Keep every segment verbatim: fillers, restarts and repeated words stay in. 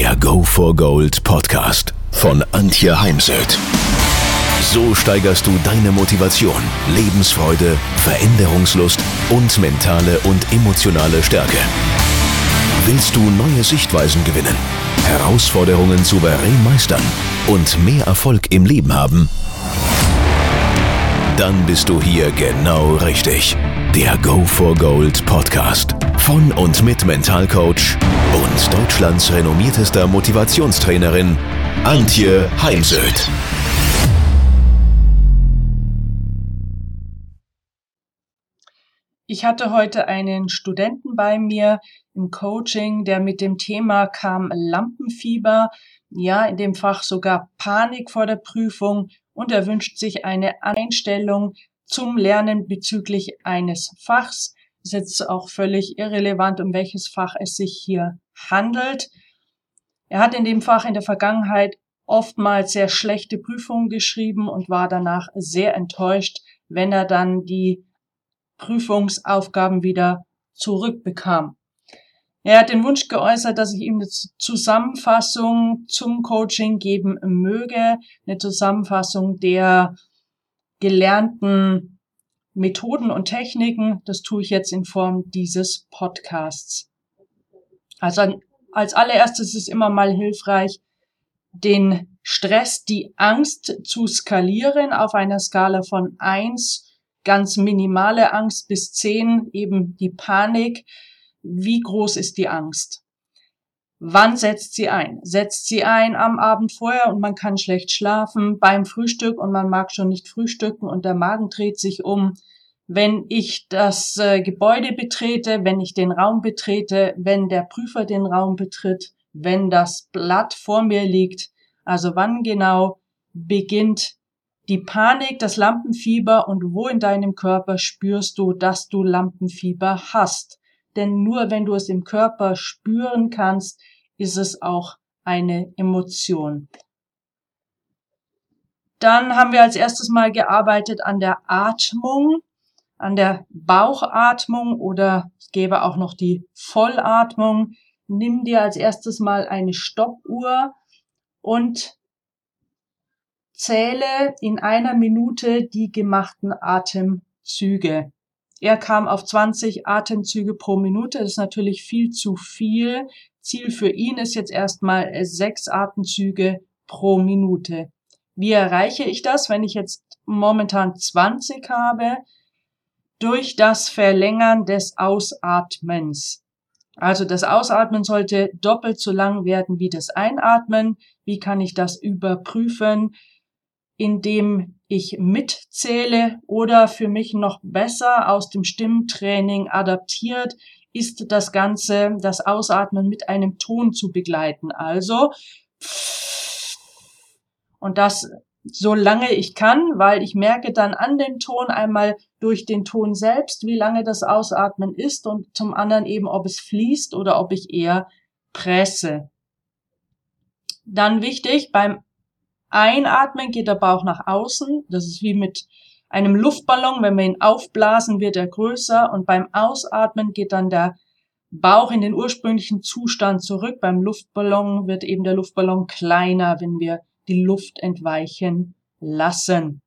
Der Go for Gold Podcast von Antje Heimsöth. So steigerst du deine Motivation, Lebensfreude, Veränderungslust und mentale und emotionale Stärke. Willst du neue Sichtweisen gewinnen, Herausforderungen souverän meistern und mehr Erfolg im Leben haben? Dann bist du hier genau richtig. Der Go for Gold Podcast von und mit Mentalcoach und Deutschlands renommiertester Motivationstrainerin Antje Heimsöth. Ich hatte heute einen Studenten bei mir im Coaching, der mit dem Thema kam Lampenfieber, ja, in dem Fach sogar Panik vor der Prüfung, und er wünscht sich eine Einstellung zum Lernen bezüglich eines Fachs. Ist jetzt auch völlig irrelevant, um welches Fach es sich hier handelt. Er hat in dem Fach in der Vergangenheit oftmals sehr schlechte Prüfungen geschrieben und war danach sehr enttäuscht, wenn er dann die Prüfungsaufgaben wieder zurückbekam. Er hat den Wunsch geäußert, dass ich ihm eine Zusammenfassung zum Coaching geben möge, eine Zusammenfassung der gelernten Methoden und Techniken. Das tue ich jetzt in Form dieses Podcasts. Also als allererstes ist es immer mal hilfreich, den Stress, die Angst zu skalieren auf einer Skala von eins, ganz minimale Angst, bis zehn, eben die Panik. Wie groß ist die Angst? Wann setzt sie ein? Setzt sie ein am Abend vorher und man kann schlecht schlafen, beim Frühstück und man mag schon nicht frühstücken und der Magen dreht sich um? Wenn ich das äh, Gebäude betrete, wenn ich den Raum betrete, wenn der Prüfer den Raum betritt, wenn das Blatt vor mir liegt, also wann genau beginnt die Panik, das Lampenfieber, und wo in deinem Körper spürst du, dass du Lampenfieber hast? Denn nur wenn du es im Körper spüren kannst, ist es auch eine Emotion. Dann haben wir als erstes mal gearbeitet an der Atmung, an der Bauchatmung, oder ich gebe auch noch die Vollatmung. Nimm dir als erstes mal eine Stoppuhr und zähle in einer Minute die gemachten Atemzüge. Er kam auf zwanzig Atemzüge pro Minute. Das ist natürlich viel zu viel. Ziel für ihn ist jetzt erstmal sechs Atemzüge pro Minute. Wie erreiche ich das, wenn ich jetzt momentan zwanzig habe? Durch das Verlängern des Ausatmens. Also das Ausatmen sollte doppelt so lang werden wie das Einatmen. Wie kann ich das überprüfen? Indem ich mitzähle, oder für mich noch besser aus dem Stimmtraining adaptiert ist das Ganze, das Ausatmen mit einem Ton zu begleiten. Also und das so lange ich kann, weil ich merke dann an dem Ton einmal durch den Ton selbst, wie lange das Ausatmen ist, und zum anderen eben, ob es fließt oder ob ich eher presse. Dann wichtig, beim Einatmen geht der Bauch nach außen. Das ist wie mit einem Luftballon. Wenn wir ihn aufblasen, wird er größer. Und beim Ausatmen geht dann der Bauch in den ursprünglichen Zustand zurück. Beim Luftballon wird eben der Luftballon kleiner, wenn wir die Luft entweichen lassen.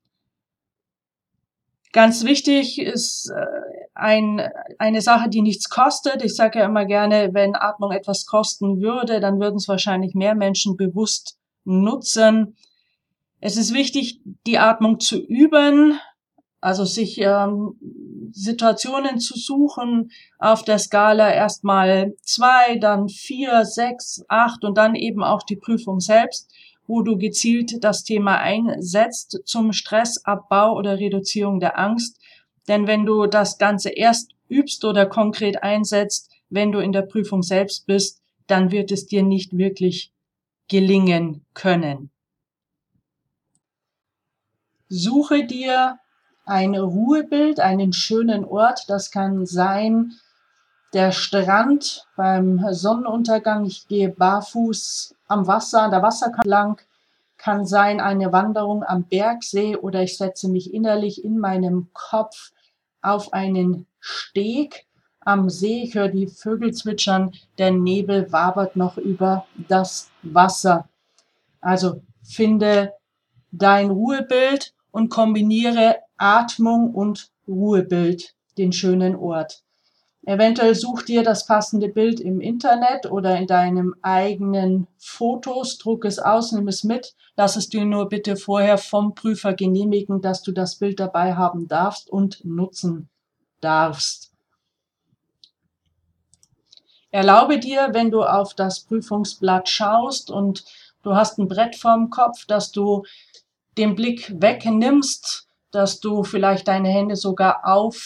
Ganz wichtig ist äh, ein, eine Sache, die nichts kostet. Ich sage ja immer gerne, wenn Atmung etwas kosten würde, dann würden es wahrscheinlich mehr Menschen bewusst nutzen. Es ist wichtig, die Atmung zu üben, also sich ähm, Situationen zu suchen auf der Skala erstmal zwei, dann vier, sechs, acht und dann eben auch die Prüfung selbst, wo du gezielt das Thema einsetzt zum Stressabbau oder Reduzierung der Angst. Denn wenn du das Ganze erst übst oder konkret einsetzt, wenn du in der Prüfung selbst bist, dann wird es dir nicht wirklich gelingen können. Suche dir ein Ruhebild, einen schönen Ort. Das kann sein der Strand beim Sonnenuntergang. Ich gehe barfuß am Wasser, an der Wasserkante lang. Kann sein eine Wanderung am Bergsee, oder ich setze mich innerlich in meinem Kopf auf einen Steg. am See, ich höre die Vögel zwitschern, der Nebel wabert noch über das Wasser. Also finde dein Ruhebild und kombiniere Atmung und Ruhebild, den schönen Ort. Eventuell such dir das passende Bild im Internet oder in deinem eigenen Fotos, druck es aus, nimm es mit, lass es dir nur bitte vorher vom Prüfer genehmigen, dass du das Bild dabei haben darfst und nutzen darfst. Erlaube dir, wenn du auf das Prüfungsblatt schaust und du hast ein Brett vorm Kopf, dass du den Blick wegnimmst, dass du vielleicht deine Hände sogar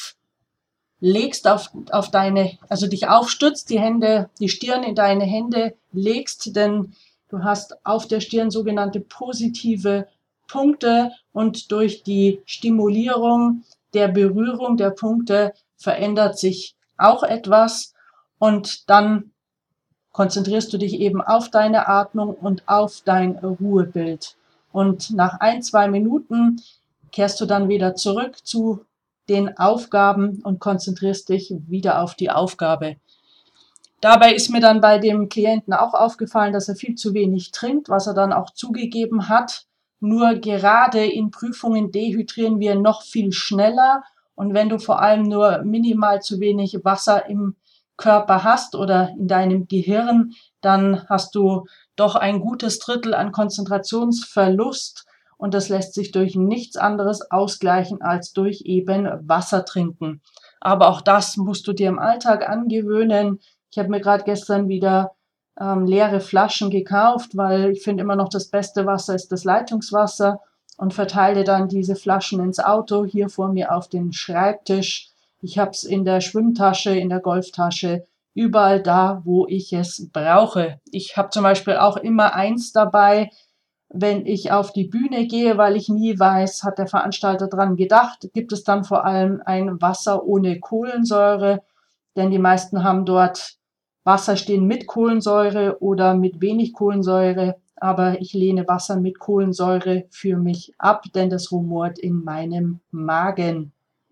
auflegst auf, auf deine, also dich aufstützt, die Hände, die Stirn in deine Hände legst, denn du hast auf der Stirn sogenannte positive Punkte und durch die Stimulierung der Berührung der Punkte verändert sich auch etwas und dann konzentrierst du dich eben auf deine Atmung und auf dein Ruhebild. Und nach ein, zwei Minuten kehrst du dann wieder zurück zu den Aufgaben und konzentrierst dich wieder auf die Aufgabe. Dabei ist mir dann bei dem Klienten auch aufgefallen, dass er viel zu wenig trinkt, was er dann auch zugegeben hat. Nur gerade in Prüfungen dehydrieren wir noch viel schneller. Und wenn du vor allem nur minimal zu wenig Wasser im Körper hast oder in deinem Gehirn, dann hast du doch ein gutes Drittel an Konzentrationsverlust. Und das lässt sich durch nichts anderes ausgleichen als durch eben Wasser trinken. Aber auch das musst du dir im Alltag angewöhnen. Ich habe mir gerade gestern wieder ähm, leere Flaschen gekauft, weil ich finde immer noch das beste Wasser ist das Leitungswasser und verteile dann diese Flaschen ins Auto, hier vor mir auf den Schreibtisch. Ich habe es in der Schwimmtasche, in der Golftasche, überall da, wo ich es brauche. Ich habe zum Beispiel auch immer eins dabei, wenn ich auf die Bühne gehe, weil ich nie weiß, hat der Veranstalter dran gedacht, gibt es dann vor allem ein Wasser ohne Kohlensäure, denn die meisten haben dort Wasser stehen mit Kohlensäure oder mit wenig Kohlensäure, aber ich lehne Wasser mit Kohlensäure für mich ab, denn das rumort in meinem Magen.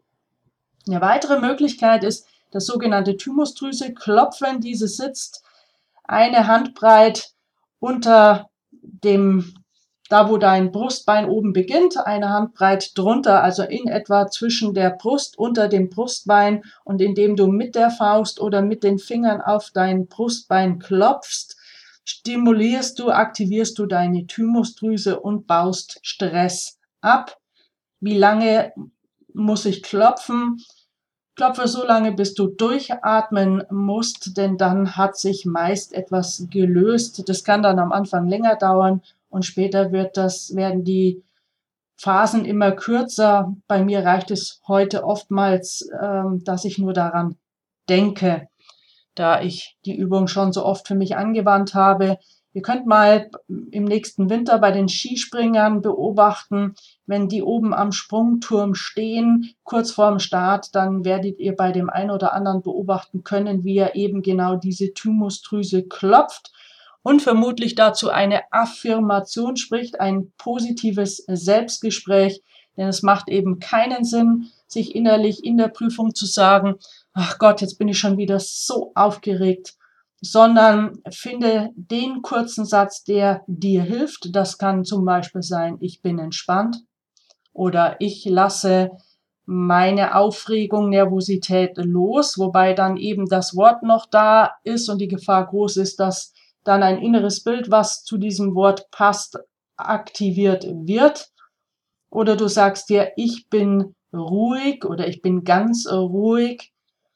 Eine weitere Möglichkeit ist das sogenannte Thymusdrüse klopfen. Diese sitzt eine Handbreit unter dem, da wo dein Brustbein oben beginnt, eine Handbreit drunter, also in etwa zwischen der Brust, unter dem Brustbein, und indem du mit der Faust oder mit den Fingern auf dein Brustbein klopfst, stimulierst du, aktivierst du deine Thymusdrüse und baust Stress ab. Wie lange muss ich klopfen? Klopfe so lange, bis du durchatmen musst, denn dann hat sich meist etwas gelöst. Das kann dann am Anfang länger dauern und später wird das, werden die Phasen immer kürzer. Bei mir reicht es heute oftmals, ähm, dass ich nur daran denke, da ich die Übung schon so oft für mich angewandt habe. Ihr könnt mal im nächsten Winter bei den Skispringern beobachten, wenn die oben am Sprungturm stehen, kurz vorm Start, dann werdet ihr bei dem einen oder anderen beobachten können, wie er eben genau diese Thymusdrüse klopft und vermutlich dazu eine Affirmation spricht, ein positives Selbstgespräch, denn es macht eben keinen Sinn, sich innerlich in der Prüfung zu sagen, ach Gott, jetzt bin ich schon wieder so aufgeregt, sondern finde den kurzen Satz, der dir hilft. Das kann zum Beispiel sein, ich bin entspannt oder ich lasse meine Aufregung, Nervosität los, wobei dann eben das Wort noch da ist und die Gefahr groß ist, dass dann ein inneres Bild, was zu diesem Wort passt, aktiviert wird. Oder du sagst dir, ich bin ruhig oder ich bin ganz ruhig.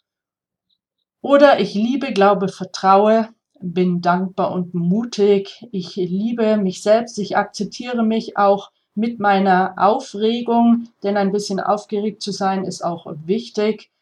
Oder ich liebe, glaube, vertraue, bin dankbar und mutig. Ich liebe mich selbst, ich akzeptiere mich auch mit meiner Aufregung, denn ein bisschen aufgeregt zu sein ist auch wichtig.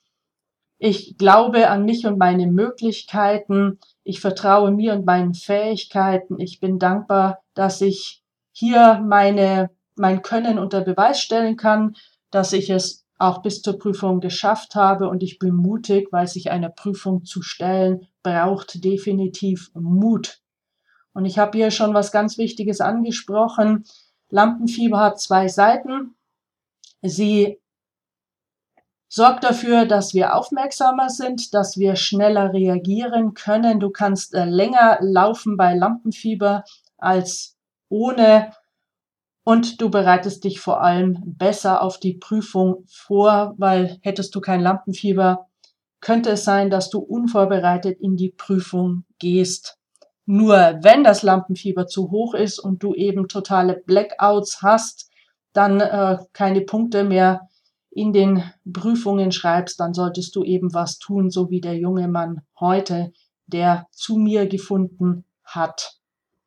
Ich glaube an mich und meine Möglichkeiten. Ich vertraue mir und meinen Fähigkeiten. Ich bin dankbar, dass ich hier meine, mein Können unter Beweis stellen kann, dass ich es auch bis zur Prüfung geschafft habe, und ich bin mutig, weil sich einer Prüfung zu stellen, braucht definitiv Mut. Und ich habe hier schon was ganz Wichtiges angesprochen. Lampenfieber hat zwei Seiten. Sie Sorg dafür, dass wir aufmerksamer sind, dass wir schneller reagieren können. Du kannst äh, länger laufen bei Lampenfieber als ohne. Und du bereitest dich vor allem besser auf die Prüfung vor, weil hättest du kein Lampenfieber, könnte es sein, dass du unvorbereitet in die Prüfung gehst. Nur wenn das Lampenfieber zu hoch ist und du eben totale Blackouts hast, dann äh, keine Punkte mehr in den Prüfungen schreibst, dann solltest du eben was tun, so wie der junge Mann heute, der zu mir gefunden hat.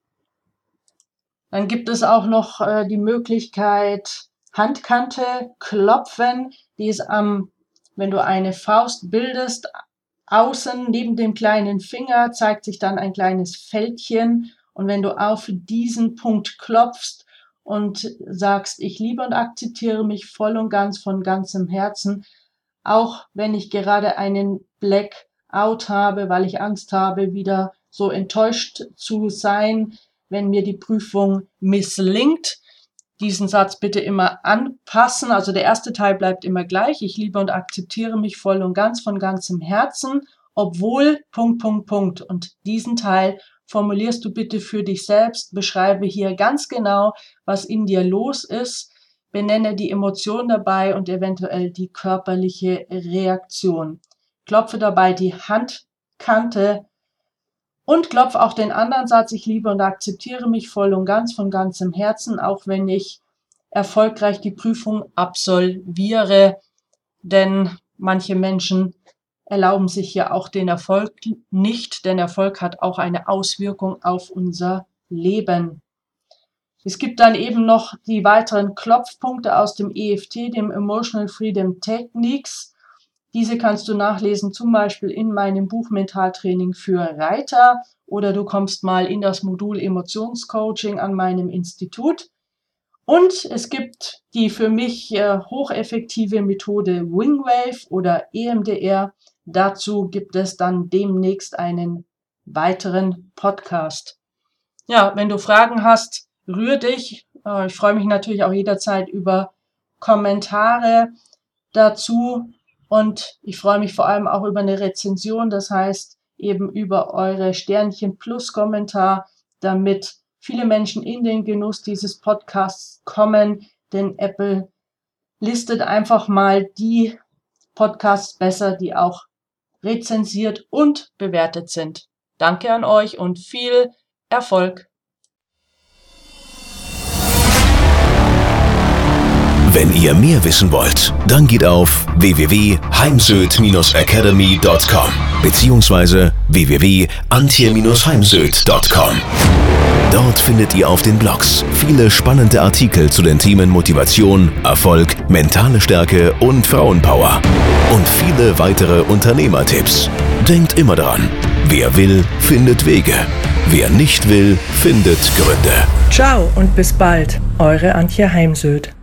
Dann gibt es auch noch äh, die Möglichkeit, Handkante klopfen. Die ist am, wenn du eine Faust bildest, außen neben dem kleinen Finger zeigt sich dann ein kleines Fältchen. Und wenn du auf diesen Punkt klopfst und sagst, ich liebe und akzeptiere mich voll und ganz von ganzem Herzen, auch wenn ich gerade einen Blackout habe, weil ich Angst habe, wieder so enttäuscht zu sein, wenn mir die Prüfung misslingt. Diesen Satz bitte immer anpassen. Also der erste Teil bleibt immer gleich. Ich liebe und akzeptiere mich voll und ganz von ganzem Herzen, obwohl Punkt, Punkt, Punkt. Und diesen Teil formulierst du bitte für dich selbst. Beschreibe hier ganz genau, was in dir los ist. Benenne die Emotion dabei und eventuell die körperliche Reaktion. Klopfe dabei die Handkante und klopf auch den anderen Satz, ich liebe und akzeptiere mich voll und ganz von ganzem Herzen, auch wenn ich erfolgreich die Prüfung absolviere. Denn manche Menschen erlauben sich ja auch den Erfolg nicht, denn Erfolg hat auch eine Auswirkung auf unser Leben. Es gibt dann eben noch die weiteren Klopfpunkte aus dem E F T, dem Emotional Freedom Techniques. Diese kannst du nachlesen, zum Beispiel in meinem Buch Mentaltraining für Reiter, oder du kommst mal in das Modul Emotionscoaching an meinem Institut. Und es gibt die für mich äh, hocheffektive Methode Wingwave oder E M D R. Dazu gibt es dann demnächst einen weiteren Podcast. Ja, wenn du Fragen hast, rühr dich. Äh, ich freue mich natürlich auch jederzeit über Kommentare dazu. Und ich freue mich vor allem auch über eine Rezension, das heißt eben über eure Sternchen plus Kommentar, damit viele Menschen in den Genuss dieses Podcasts kommen, denn Apple listet einfach mal die Podcasts besser, die auch rezensiert und bewertet sind. Danke an euch und viel Erfolg! Wenn ihr mehr wissen wollt, dann geht auf w w w punkt heimsöd academy punkt com beziehungsweise w w w punkt antje heimsöd punkt com. Dort findet ihr auf den Blogs viele spannende Artikel zu den Themen Motivation, Erfolg, mentale Stärke und Frauenpower und viele weitere Unternehmertipps. Denkt immer daran, wer will, findet Wege. Wer nicht will, findet Gründe. Ciao und bis bald, eure Antje Heimsöd.